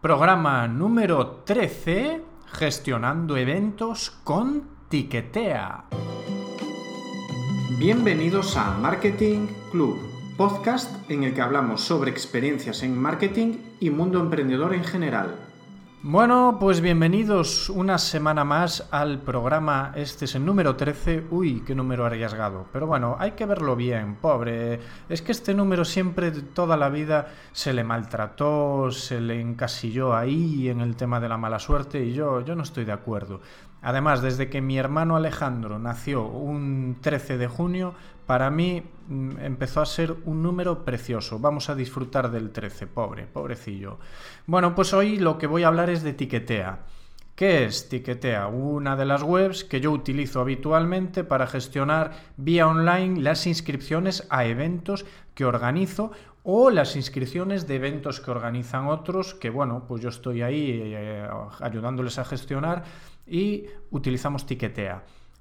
Programa número 13, gestionando eventos con Tiquetea. Bienvenidos a Marketing Club, podcast en el que hablamos sobre experiencias en marketing y mundo emprendedor en general. Bueno, pues bienvenidos una semana más al programa. Este es el número 13. Uy, qué número arriesgado. Pero bueno, hay que verlo bien, pobre. Es que este número siempre, toda la vida, se le maltrató, se le encasilló ahí en el tema de la mala suerte y yo no estoy de acuerdo. Además, desde que mi hermano Alejandro nació un 13 de junio, para mí empezó a ser un número precioso. Vamos a disfrutar del 13, pobrecillo. Bueno, pues hoy lo que voy a hablar es de Tiquetea. ¿Qué es Tiquetea? Una de las webs que yo utilizo habitualmente para gestionar vía online las inscripciones a eventos que organizo o las inscripciones de eventos que organizan otros, que bueno, pues yo estoy ahí ayudándoles a gestionar y utilizamos Tiquetea.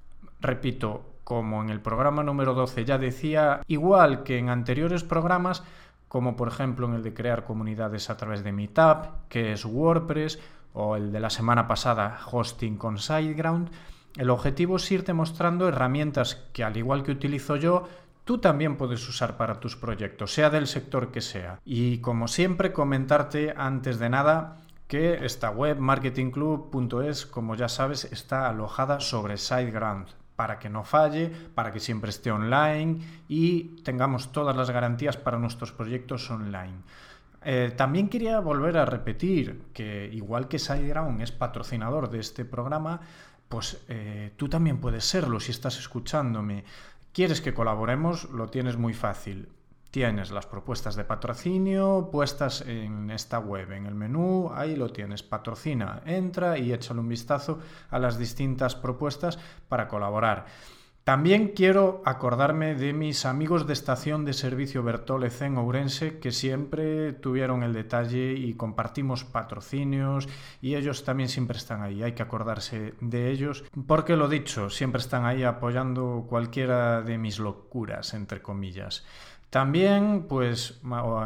Repito, como en el programa número 12 ya decía, igual que en anteriores programas, como por ejemplo en el de crear comunidades a través de Meetup, que es WordPress, o el de la semana pasada, hosting con SiteGround, el objetivo es irte mostrando herramientas que, al igual que utilizo yo, tú también puedes usar para tus proyectos, sea del sector que sea. Y como siempre, comentarte antes de nada que esta web, marketingclub.es, como ya sabes, está alojada sobre SiteGround, para que no falle, para que siempre esté online y tengamos todas las garantías para nuestros proyectos online. También quería volver a repetir que, igual que SiteGround es patrocinador de este programa, pues tú también puedes serlo si estás escuchándome. ¿Quieres que colaboremos? Lo tienes muy fácil. Tienes las propuestas de patrocinio puestas en esta web, en el menú, ahí lo tienes, patrocina, entra y échale un vistazo a las distintas propuestas para colaborar. También quiero acordarme de mis amigos de estación de servicio Bertólez en Ourense, que siempre tuvieron el detalle y compartimos patrocinios y ellos también siempre están ahí. Hay que acordarse de ellos porque, lo dicho, siempre están ahí apoyando cualquiera de mis locuras, entre comillas. También, pues,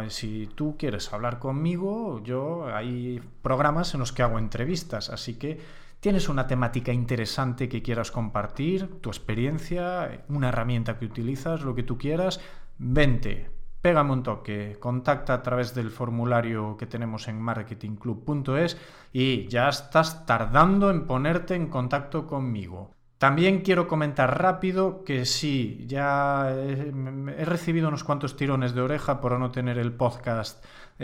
si tú quieres hablar conmigo, hay programas en los que hago entrevistas, así que tienes una temática interesante que quieras compartir, tu experiencia, una herramienta que utilizas, lo que tú quieras, vente, pégame un toque, contacta a través del formulario que tenemos en marketingclub.es y ya estás tardando en ponerte en contacto conmigo. También quiero comentar rápido que sí, ya he recibido unos cuantos tirones de oreja por no tener el podcast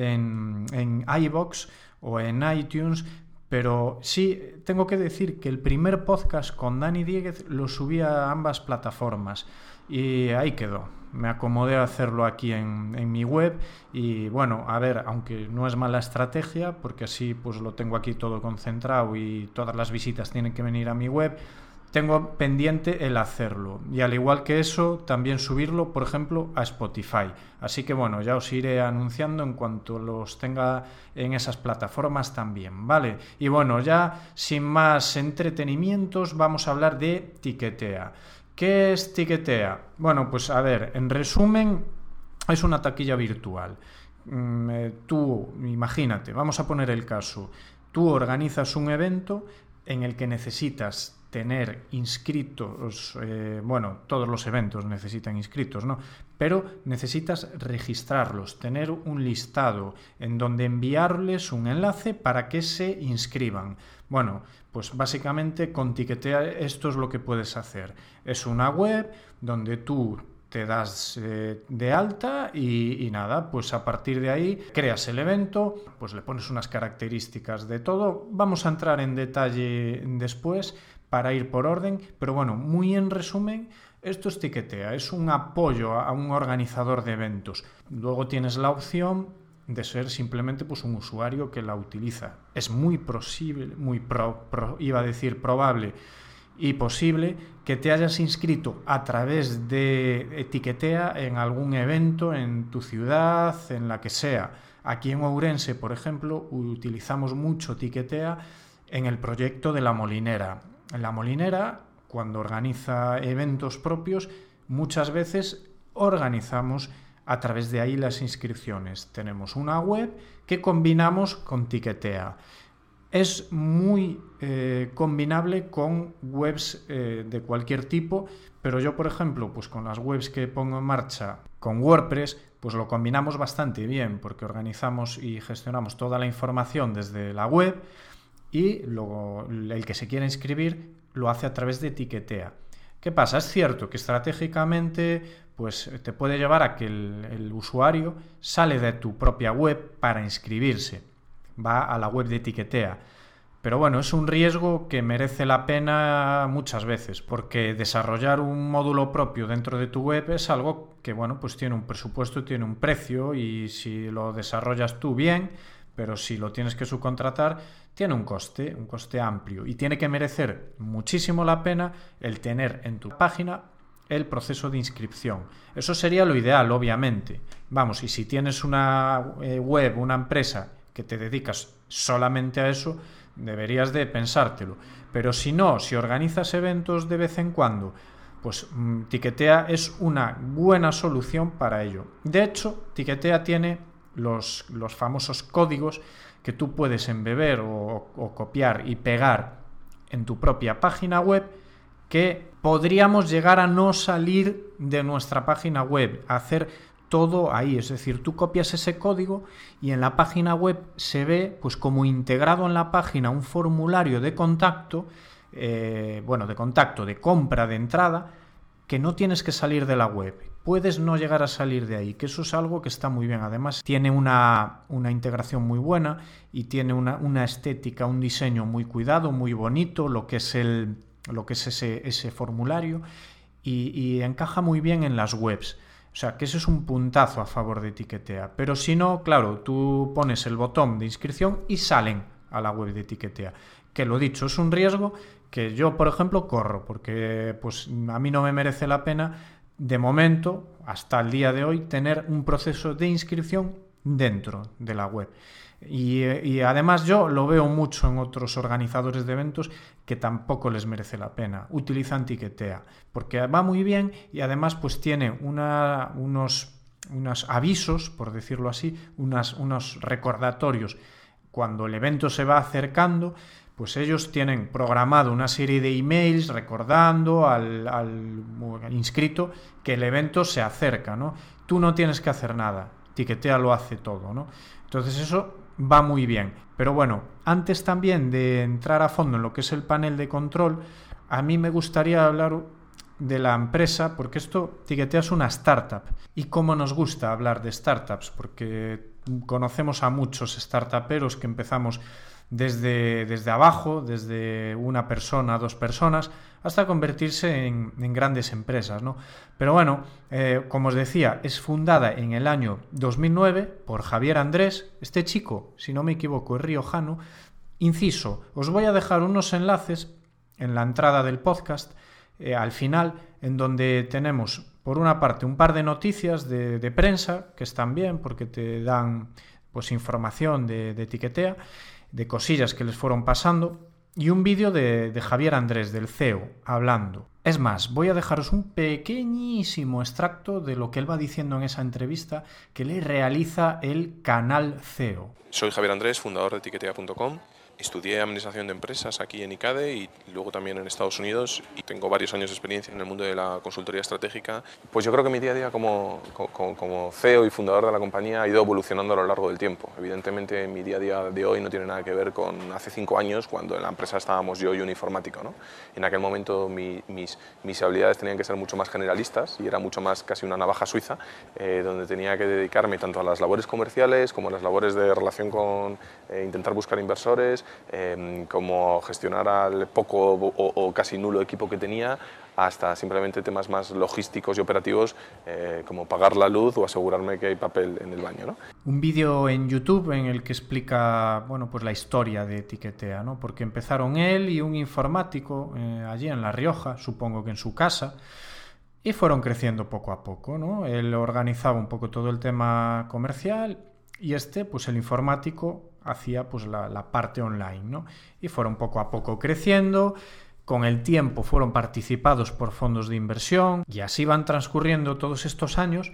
en iVoox o en iTunes, pero sí, tengo que decir que el primer podcast con Dani Dieguez lo subí a ambas plataformas y ahí quedó. Me acomodé a hacerlo aquí en mi web y bueno, a ver, aunque no es mala estrategia, porque así pues lo tengo aquí todo concentrado y todas las visitas tienen que venir a mi web, tengo pendiente el hacerlo y, al igual que eso, también subirlo, por ejemplo, a Spotify. Así que bueno, ya os iré anunciando en cuanto los tenga en esas plataformas también, ¿vale? Y bueno, ya sin más entretenimientos, vamos a hablar de Tiquetea. ¿Qué es Tiquetea? Bueno, pues a ver, en resumen, es una taquilla virtual. Tú, imagínate, vamos a poner el caso, tú organizas un evento en el que necesitas tener inscritos, todos los eventos necesitan inscritos, ¿no? Pero necesitas registrarlos, tener un listado en donde enviarles un enlace para que se inscriban. Bueno, pues básicamente con Tiquetea esto es lo que puedes hacer. Es una web donde tú te das de alta y nada, pues a partir de ahí creas el evento, pues le pones unas características de todo. Vamos a entrar en detalle después para ir por orden, pero bueno, muy en resumen, esto es Tiquetea, es un apoyo a un organizador de eventos. Luego tienes la opción de ser simplemente pues un usuario que la utiliza. Es muy posible, probable y posible que te hayas inscrito a través de Tiquetea en algún evento en tu ciudad, en la que sea. Aquí en Ourense, por ejemplo, utilizamos mucho Tiquetea en el proyecto de La Molinera. La Molinera, cuando organiza eventos propios, muchas veces organizamos a través de ahí las inscripciones. Tenemos una web que combinamos con Tiquetea. Es muy combinable con webs de cualquier tipo, pero yo, por ejemplo, pues con las webs que pongo en marcha con WordPress, pues lo combinamos bastante bien, porque organizamos y gestionamos toda la información desde la web y luego el que se quiera inscribir lo hace a través de Tiquetea. ¿Qué pasa? Es cierto que estratégicamente pues te puede llevar a que el usuario sale de tu propia web para inscribirse, va a la web de Tiquetea. Pero bueno, es un riesgo que merece la pena muchas veces, porque desarrollar un módulo propio dentro de tu web es algo que, bueno, pues tiene un presupuesto, tiene un precio, y si lo desarrollas tú bien, pero si lo tienes que subcontratar, tiene un coste amplio, y tiene que merecer muchísimo la pena el tener en tu página el proceso de inscripción. Eso sería lo ideal, obviamente. Vamos, y si tienes una web, una empresa que te dedicas solamente a eso, deberías de pensártelo. Pero si no, si organizas eventos de vez en cuando, pues Tiquetea es una buena solución para ello. De hecho, Tiquetea tiene los famosos códigos que tú puedes embeber o copiar y pegar en tu propia página web, que podríamos llegar a no salir de nuestra página web, a hacer todo ahí. Es decir, tú copias ese código y en la página web se ve pues como integrado en la página un formulario de contacto, de compra, de entrada, que no tienes que salir de la web. Puedes no llegar a salir de ahí, que eso es algo que está muy bien. Además, tiene una integración muy buena y tiene una estética, un diseño muy cuidado, muy bonito, lo que es ese formulario, y encaja muy bien en las webs. O sea, que ese es un puntazo a favor de Tiquetea. Pero si no, claro, tú pones el botón de inscripción y salen a la web de Tiquetea. Que lo dicho, es un riesgo que yo, por ejemplo, corro, porque pues a mí no me merece la pena, de momento, hasta el día de hoy, tener un proceso de inscripción dentro de la web. Y además yo lo veo mucho en otros organizadores de eventos que tampoco les merece la pena. Utilizan Tiquetea porque va muy bien, y además pues tiene unos avisos, por decirlo así, unos recordatorios. Cuando el evento se va acercando, pues ellos tienen programado una serie de emails recordando al inscrito que el evento se acerca, ¿no? Tú no tienes que hacer nada, Tiquetea lo hace todo, ¿no? Entonces eso va muy bien. Pero bueno, antes también de entrar a fondo en lo que es el panel de control, a mí me gustaría hablar de la empresa, porque Tiquetea es una startup. Y cómo nos gusta hablar de startups, porque conocemos a muchos startuperos que empezamos desde abajo, desde una persona, 2 personas, hasta convertirse en grandes empresas, ¿no? Pero bueno, como os decía, es fundada en el año 2009 por Javier Andrés. Este chico, si no me equivoco, es riojano. Inciso, os voy a dejar unos enlaces en la entrada del podcast, al final, en donde tenemos, por una parte, un par de noticias de prensa, que están bien porque te dan pues información de Tiquetea, de cosillas que les fueron pasando, y un vídeo de Javier Andrés, del CEO, hablando. Es más, voy a dejaros un pequeñísimo extracto de lo que él va diciendo en esa entrevista que le realiza el canal CEO. Soy Javier Andrés, fundador de Tiquetea.com. Estudié Administración de Empresas aquí en ICADE y luego también en Estados Unidos, y tengo varios años de experiencia en el mundo de la consultoría estratégica. Pues yo creo que mi día a día como CEO y fundador de la compañía ha ido evolucionando a lo largo del tiempo. Evidentemente mi día a día de hoy no tiene nada que ver con hace 5 años, cuando en la empresa estábamos yo y un informático, ¿no? En aquel momento mis habilidades tenían que ser mucho más generalistas y era mucho más casi una navaja suiza, donde tenía que dedicarme tanto a las labores comerciales como a las labores de relación con intentar buscar inversores, como gestionar al poco o casi nulo equipo que tenía, hasta simplemente temas más logísticos y operativos, como pagar la luz o asegurarme que hay papel en el baño, ¿no? Un vídeo en YouTube en el que explica, bueno, pues la historia de Tiquetea, ¿no? Porque empezaron él y un informático allí en La Rioja, supongo que en su casa, y fueron creciendo poco a poco, ¿no? Él organizaba un poco todo el tema comercial y pues el informático hacía pues la parte online, ¿no? Y fueron poco a poco creciendo. Con el tiempo fueron participados por fondos de inversión y así van transcurriendo todos estos años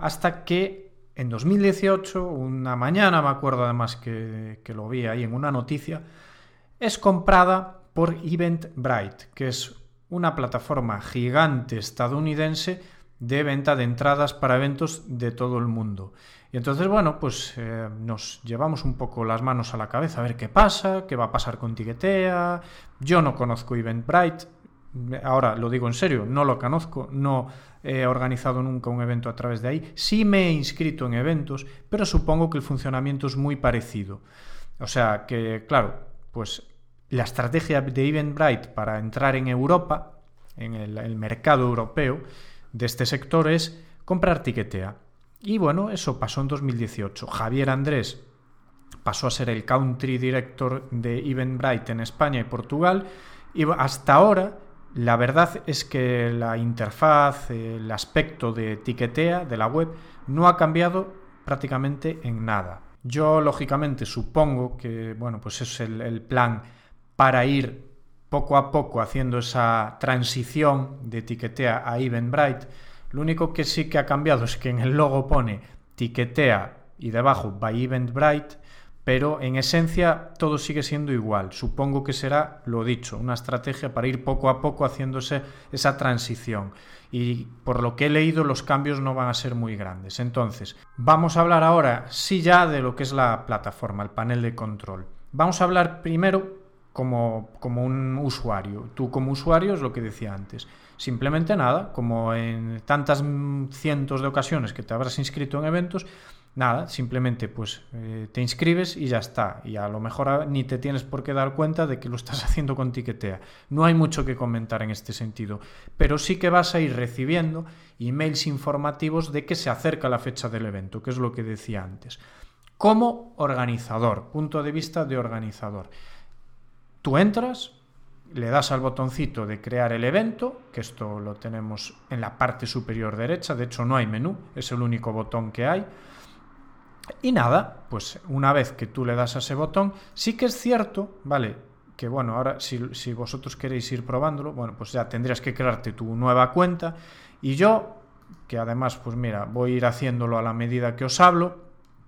hasta que en 2018, una mañana, me acuerdo además que lo vi ahí en una noticia, es comprada por Eventbrite, que es una plataforma gigante estadounidense de venta de entradas para eventos de todo el mundo. Y entonces, bueno, pues nos llevamos un poco las manos a la cabeza a ver qué pasa, qué va a pasar con Tiquetea. Yo no conozco Eventbrite, ahora lo digo en serio, no lo conozco, no he organizado nunca un evento a través de ahí. Sí me he inscrito en eventos, pero supongo que el funcionamiento es muy parecido. O sea que, claro, pues la estrategia de Eventbrite para entrar en Europa, en el mercado europeo de este sector, es comprar Tiquetea. Y bueno, eso pasó en 2018. Javier Andrés pasó a ser el Country Director de Eventbrite en España y Portugal, y hasta ahora la verdad es que la interfaz, el aspecto de Tiquetea, de la web, no ha cambiado prácticamente en nada. Yo, lógicamente, supongo que bueno, pues es el plan para ir poco a poco haciendo esa transición de Tiquetea a Eventbrite. Lo único que sí que ha cambiado es que en el logo pone Tiquetea y debajo by Eventbrite, pero en esencia todo sigue siendo igual. Supongo que será, lo dicho, una estrategia para ir poco a poco haciéndose esa transición. Y por lo que he leído, los cambios no van a ser muy grandes. Entonces, vamos a hablar ahora, sí, ya de lo que es la plataforma, el panel de control. Vamos a hablar primero como un usuario. Tú como usuario es lo que decía antes. Simplemente nada, como en tantas cientos de ocasiones que te habrás inscrito en eventos, nada, simplemente pues te inscribes y ya está. Y a lo mejor ni te tienes por qué dar cuenta de que lo estás haciendo con Tiquetea. No hay mucho que comentar en este sentido, pero sí que vas a ir recibiendo emails informativos de que se acerca la fecha del evento, que es lo que decía antes. Como organizador, punto de vista de organizador. Tú entras, le das al botoncito de crear el evento, que esto lo tenemos en la parte superior derecha, de hecho no hay menú, es el único botón que hay. Y nada, pues una vez que tú le das a ese botón, sí que es cierto, ¿vale? Que bueno, ahora si vosotros queréis ir probándolo, bueno, pues ya tendrías que crearte tu nueva cuenta. Y yo, que además, pues mira, voy a ir haciéndolo a la medida que os hablo,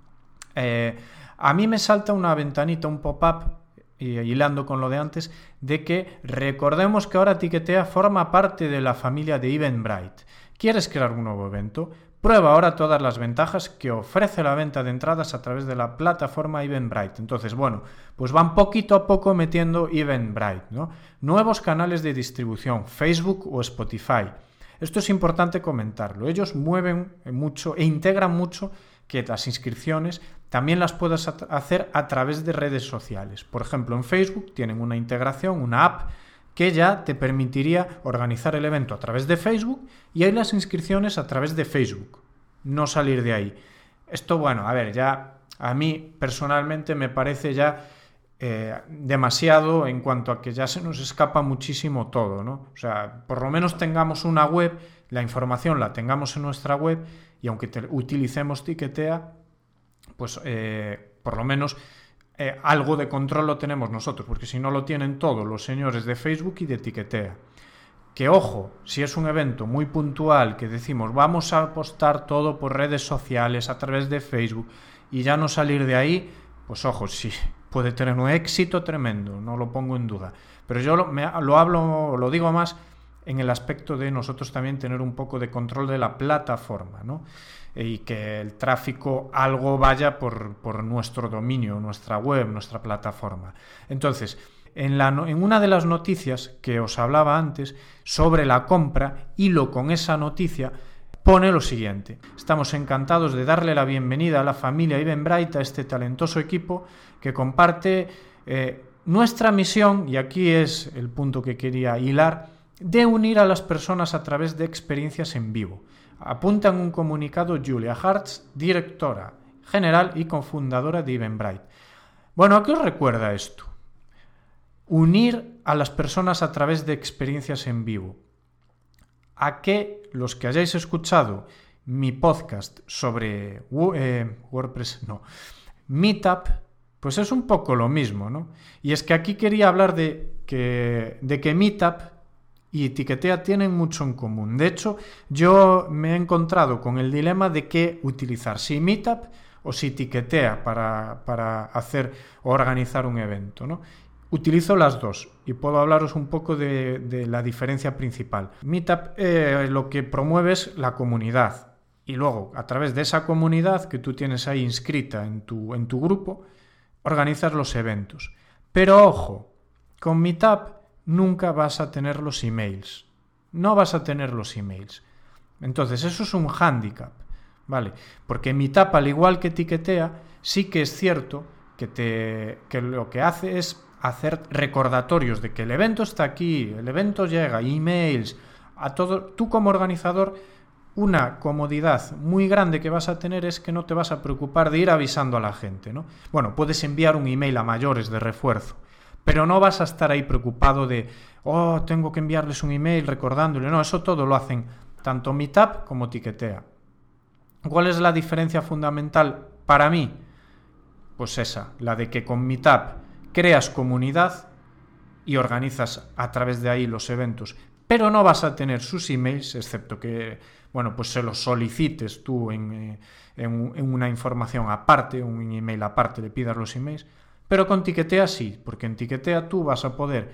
a mí me salta una ventanita, un pop-up, y hilando con lo de antes, de que recordemos que ahora Tiquetea forma parte de la familia de Eventbrite. ¿Quieres crear un nuevo evento? Prueba ahora todas las ventajas que ofrece la venta de entradas a través de la plataforma Eventbrite. Entonces, bueno, pues van poquito a poco metiendo Eventbrite, ¿no? Nuevos canales de distribución, Facebook o Spotify. Esto es importante comentarlo. Ellos mueven mucho e integran mucho que las inscripciones también las puedas hacer a través de redes sociales. Por ejemplo, en Facebook tienen una integración, una app, que ya te permitiría organizar el evento a través de Facebook y hay las inscripciones a través de Facebook. No salir de ahí. Esto, bueno, a ver, ya a mí personalmente me parece ya demasiado en cuanto a que ya se nos escapa muchísimo todo, ¿no? O sea, por lo menos tengamos una web, la información la tengamos en nuestra web y aunque utilicemos Tiquetea, pues por lo menos algo de control lo tenemos nosotros, porque si no lo tienen todos los señores de Facebook y de Tiquetea. Que ojo, si es un evento muy puntual que decimos vamos a apostar todo por redes sociales a través de Facebook y ya no salir de ahí, pues ojo, sí, puede tener un éxito tremendo, no lo pongo en duda. Pero yo lo digo más en el aspecto de nosotros también tener un poco de control de la plataforma, ¿no? Y que el tráfico algo vaya por nuestro dominio, nuestra web, nuestra plataforma. Entonces, en una de las noticias que os hablaba antes sobre la compra, hilo con esa noticia, pone lo siguiente: estamos encantados de darle la bienvenida a la familia Eventbrite, a este talentoso equipo que comparte nuestra misión, y aquí es el punto que quería hilar, de unir a las personas a través de experiencias en vivo. Apunta en un comunicado Julia Hartz, directora general y cofundadora de Eventbrite. Bueno, ¿a qué os recuerda esto? Unir a las personas a través de experiencias en vivo. A que los que hayáis escuchado mi podcast sobre Meetup, pues es un poco lo mismo, ¿no? Y es que aquí quería hablar de que Meetup y Etiquetea tienen mucho en común. De hecho, yo me he encontrado con el dilema de qué utilizar, si Meetup o si Etiquetea para hacer o organizar un evento, ¿no? Utilizo las dos y puedo hablaros un poco de la diferencia principal. Meetup lo que promueve es la comunidad y luego a través de esa comunidad que tú tienes ahí inscrita en tu grupo, organizas los eventos. Pero ojo, con Meetup nunca vas a tener los emails. No vas a tener los emails. Entonces eso es un hándicap, ¿vale? Porque Meetup, al igual que Etiquetea, sí que es cierto que lo que hace es hacer recordatorios de que el evento está aquí, el evento llega, emails, a todo. Tú como organizador, una comodidad muy grande que vas a tener es que no te vas a preocupar de ir avisando a la gente, ¿no? Bueno, puedes enviar un email a mayores de refuerzo, pero no vas a estar ahí preocupado de, tengo que enviarles un email recordándole. No, eso todo lo hacen tanto Meetup como Etiquetea. ¿Cuál es la diferencia fundamental para mí? Pues esa, la de que con Meetup creas comunidad y organizas a través de ahí los eventos, pero no vas a tener sus emails, excepto que, pues se los solicites tú en una información aparte, un email aparte, le pidas los emails. Pero con Etiquetea sí, porque en Etiquetea tú vas a poder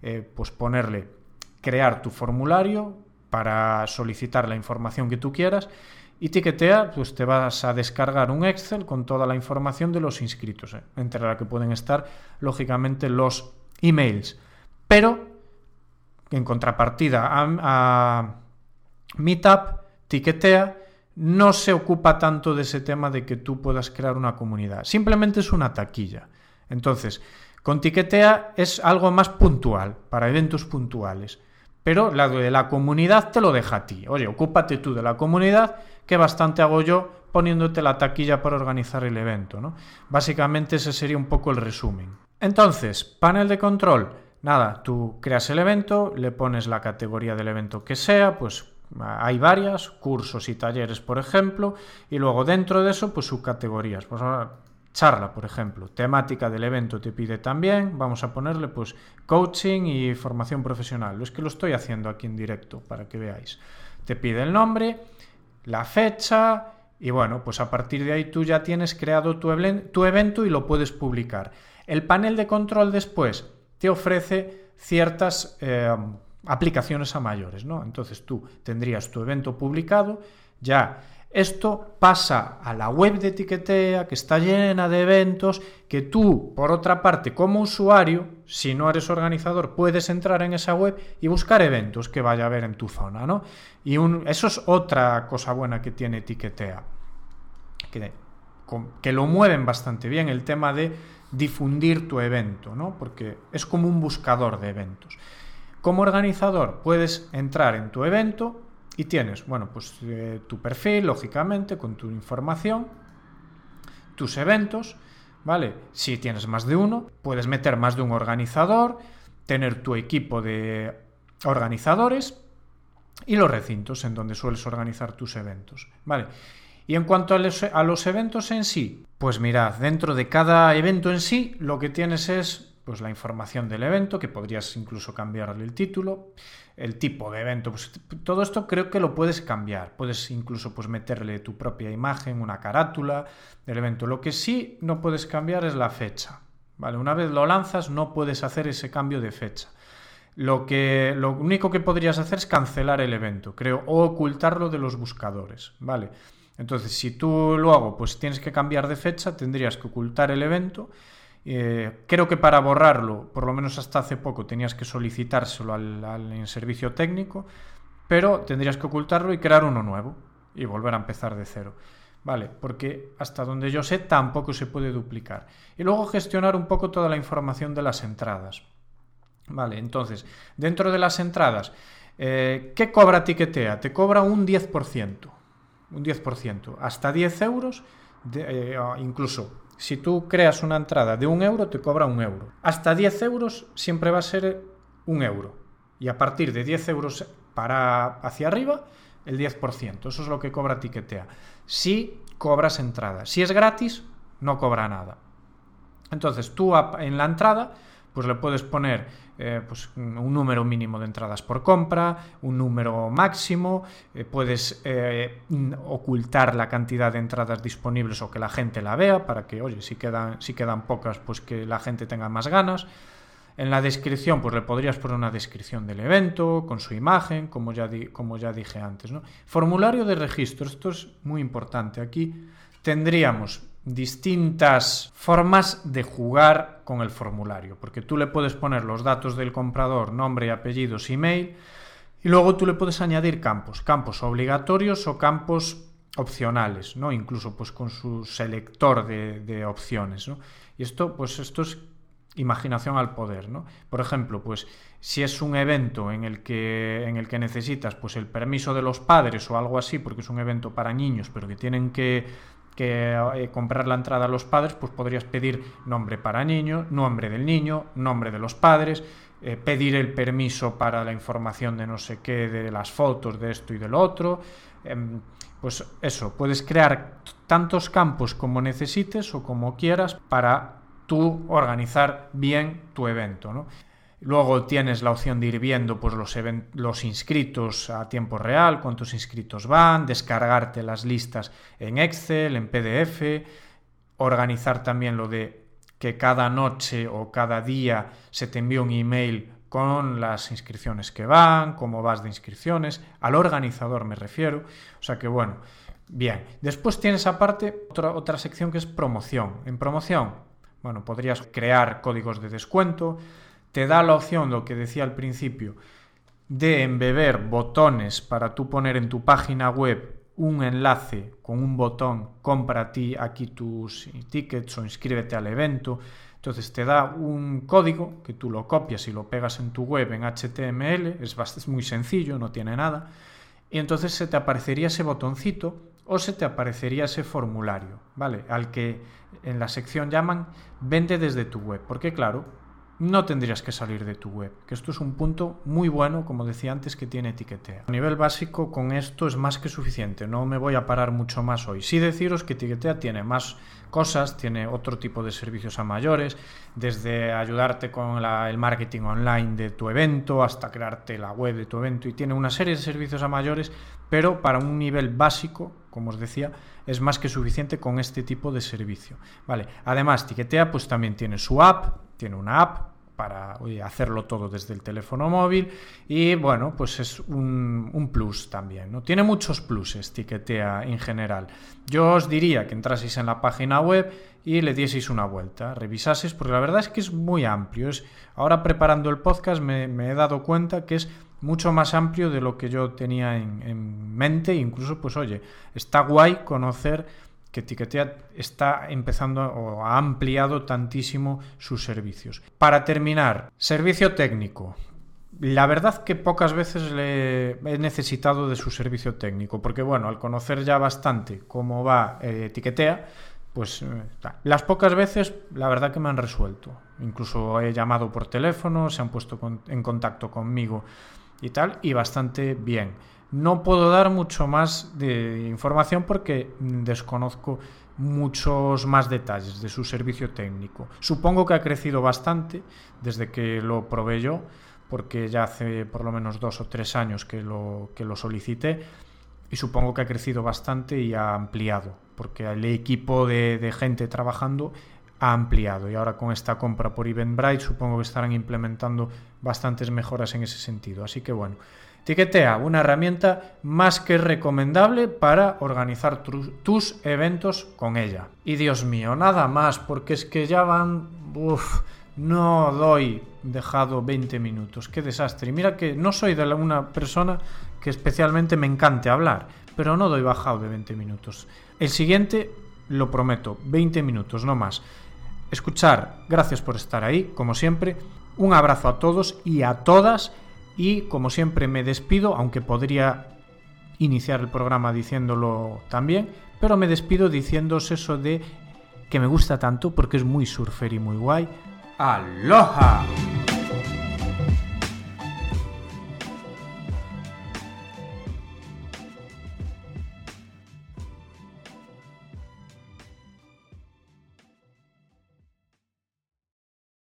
crear tu formulario para solicitar la información que tú quieras. Y Etiquetea, pues te vas a descargar un Excel con toda la información de los inscritos, entre la que pueden estar, lógicamente, los emails. Pero, en contrapartida a Meetup, Etiquetea no se ocupa tanto de ese tema de que tú puedas crear una comunidad. Simplemente es una taquilla. Entonces, con Etiquetea es algo más puntual, para eventos puntuales. Pero la de la comunidad te lo deja a ti. Oye, ocúpate tú de la comunidad, que bastante hago yo poniéndote la taquilla para organizar el evento, ¿no? Básicamente ese sería un poco el resumen. Entonces, panel de control. Nada, tú creas el evento, le pones la categoría del evento que sea, pues hay varias, cursos y talleres, por ejemplo, y luego dentro de eso, pues subcategorías. Pues ahora, charla, por ejemplo, temática del evento te pide también, vamos a ponerle pues coaching y formación profesional. Es que lo estoy haciendo aquí en directo para que veáis. Te pide el nombre, la fecha y pues a partir de ahí tú ya tienes creado tu evento y lo puedes publicar. El panel de control después te ofrece ciertas aplicaciones a mayores, ¿no? Entonces tú tendrías tu evento publicado, ya esto pasa a la web de Etiquetea, que está llena de eventos, que tú, por otra parte, como usuario, si no eres organizador, puedes entrar en esa web y buscar eventos que vaya a haber en tu zona, ¿no? Y eso es otra cosa buena que tiene Etiquetea, que lo mueven bastante bien, el tema de difundir tu evento, ¿no? Porque es como un buscador de eventos. Como organizador puedes entrar en tu evento y tienes, tu perfil, lógicamente, con tu información, tus eventos, ¿vale? Si tienes más de uno, puedes meter más de un organizador, tener tu equipo de organizadores y los recintos en donde sueles organizar tus eventos, ¿vale? Y en cuanto a los eventos en sí, pues mirad, dentro de cada evento en sí, lo que tienes es pues la información del evento, que podrías incluso cambiarle el título, el tipo de evento, pues todo esto creo que lo puedes cambiar, puedes incluso pues meterle tu propia imagen, una carátula del evento. Lo que sí no puedes cambiar es la fecha, ¿vale? Una vez lo lanzas no puedes hacer ese cambio de fecha. Lo único que podrías hacer es cancelar el evento, creo, o ocultarlo de los buscadores, ¿vale? Entonces, si tú luego pues tienes que cambiar de fecha, tendrías que ocultar el evento. Creo que para borrarlo, por lo menos hasta hace poco, tenías que solicitárselo al servicio técnico, pero tendrías que ocultarlo y crear uno nuevo y volver a empezar de cero, ¿vale? Porque hasta donde yo sé tampoco se puede duplicar. Y luego gestionar un poco toda la información de las entradas, ¿vale? Entonces, dentro de las entradas, ¿qué cobra Etiquetea? Te cobra un 10%, hasta 10 euros, incluso. Si tú creas una entrada de 1 euro, te cobra 1 euro. Hasta 10 euros siempre va a ser 1 euro. Y a partir de 10 euros hacia arriba, el 10%. Eso es lo que cobra Etiquetea. Si cobras entrada. Si es gratis, no cobra nada. Entonces, tú en la entrada pues le puedes poner pues un número mínimo de entradas por compra, un número máximo, puedes ocultar la cantidad de entradas disponibles o que la gente la vea para que, oye, si quedan pocas, pues que la gente tenga más ganas. En la descripción, pues le podrías poner una descripción del evento, con su imagen, como ya dije antes, ¿no? Formulario de registro, esto es muy importante. Aquí tendríamos distintas formas de jugar con el formulario, porque tú le puedes poner los datos del comprador, nombre y apellidos, email, y luego tú le puedes añadir campos obligatorios o campos opcionales, ¿no? Incluso pues con su selector de opciones, ¿no? Y esto es imaginación al poder, ¿no? Por ejemplo, pues si es un evento en el que necesitas pues el permiso de los padres o algo así, porque es un evento para niños, pero que tienen que comprar la entrada a los padres, pues podrías pedir nombre para niño, nombre del niño, nombre de los padres, pedir el permiso para la información de no sé qué, de las fotos, de esto y del otro. Pues eso, puedes crear tantos campos como necesites o como quieras para tú organizar bien tu evento, ¿no? Luego tienes la opción de ir viendo pues, los inscritos a tiempo real, cuántos inscritos van, descargarte las listas en Excel, en PDF, organizar también lo de que cada noche o cada día se te envíe un email con las inscripciones que van, cómo vas de inscripciones, al organizador me refiero. O sea que bueno, bien. Después tienes aparte otra sección que es promoción. En promoción, bueno, podrías crear códigos de descuento. Te da la opción, lo que decía al principio, de embeber botones para tú poner en tu página web un enlace con un botón, compra aquí tus tickets o inscríbete al evento. Entonces te da un código que tú lo copias y lo pegas en tu web en HTML, es muy sencillo, no tiene nada, y entonces se te aparecería ese botoncito o se te aparecería ese formulario, ¿vale? Al que en la sección llaman vende desde tu web, porque claro, no tendrías que salir de tu web, que esto es un punto muy bueno, como decía antes, que tiene Etiquetea. A nivel básico, con esto es más que suficiente, no me voy a parar mucho más hoy. Sí deciros que Etiquetea tiene más cosas, tiene otro tipo de servicios a mayores, desde ayudarte con el marketing online de tu evento hasta crearte la web de tu evento, y tiene una serie de servicios a mayores, pero para un nivel básico, como os decía, es más que suficiente con este tipo de servicio, ¿vale? Además, Etiquetea pues también tiene su app, tiene una app para hacerlo todo desde el teléfono móvil y bueno, pues es un plus también, ¿no? Tiene muchos pluses Etiquetea en general. Yo os diría que entraseis en la página web y le dieseis una vuelta, revisaseis, porque la verdad es que es muy amplio. Ahora preparando el podcast me he dado cuenta que es mucho más amplio de lo que yo tenía en mente. Incluso pues oye, está guay conocer que Etiquetea está empezando o ha ampliado tantísimo sus servicios. Para terminar, servicio técnico. La verdad que pocas veces le he necesitado de su servicio técnico, porque bueno, al conocer ya bastante cómo va Etiquetea, pues las pocas veces la verdad que me han resuelto. Incluso he llamado por teléfono, se han puesto en contacto conmigo y tal, y bastante bien. No puedo dar mucho más de información porque desconozco muchos más detalles de su servicio técnico. Supongo que ha crecido bastante desde que lo probé yo, porque ya hace por lo menos 2 o 3 años que lo solicité, y supongo que ha crecido bastante y ha ampliado, porque el equipo de gente trabajando ha ampliado, y ahora con esta compra por Eventbrite supongo que estarán implementando bastantes mejoras en ese sentido. Así que bueno, Etiquetea, una herramienta más que recomendable para organizar tus eventos con ella. Y Dios mío, nada más, porque es que ya van... no doy dejado 20 minutos, qué desastre. Y mira que no soy de una persona que especialmente me encante hablar, pero no doy bajado de 20 minutos. El siguiente, lo prometo, 20 minutos, no más. Escuchar, gracias por estar ahí, como siempre. Un abrazo a todos y a todas. Y como siempre me despido, aunque podría iniciar el programa diciéndolo también, pero me despido diciéndoos eso de que me gusta tanto porque es muy surfer y muy guay. ¡Aloha!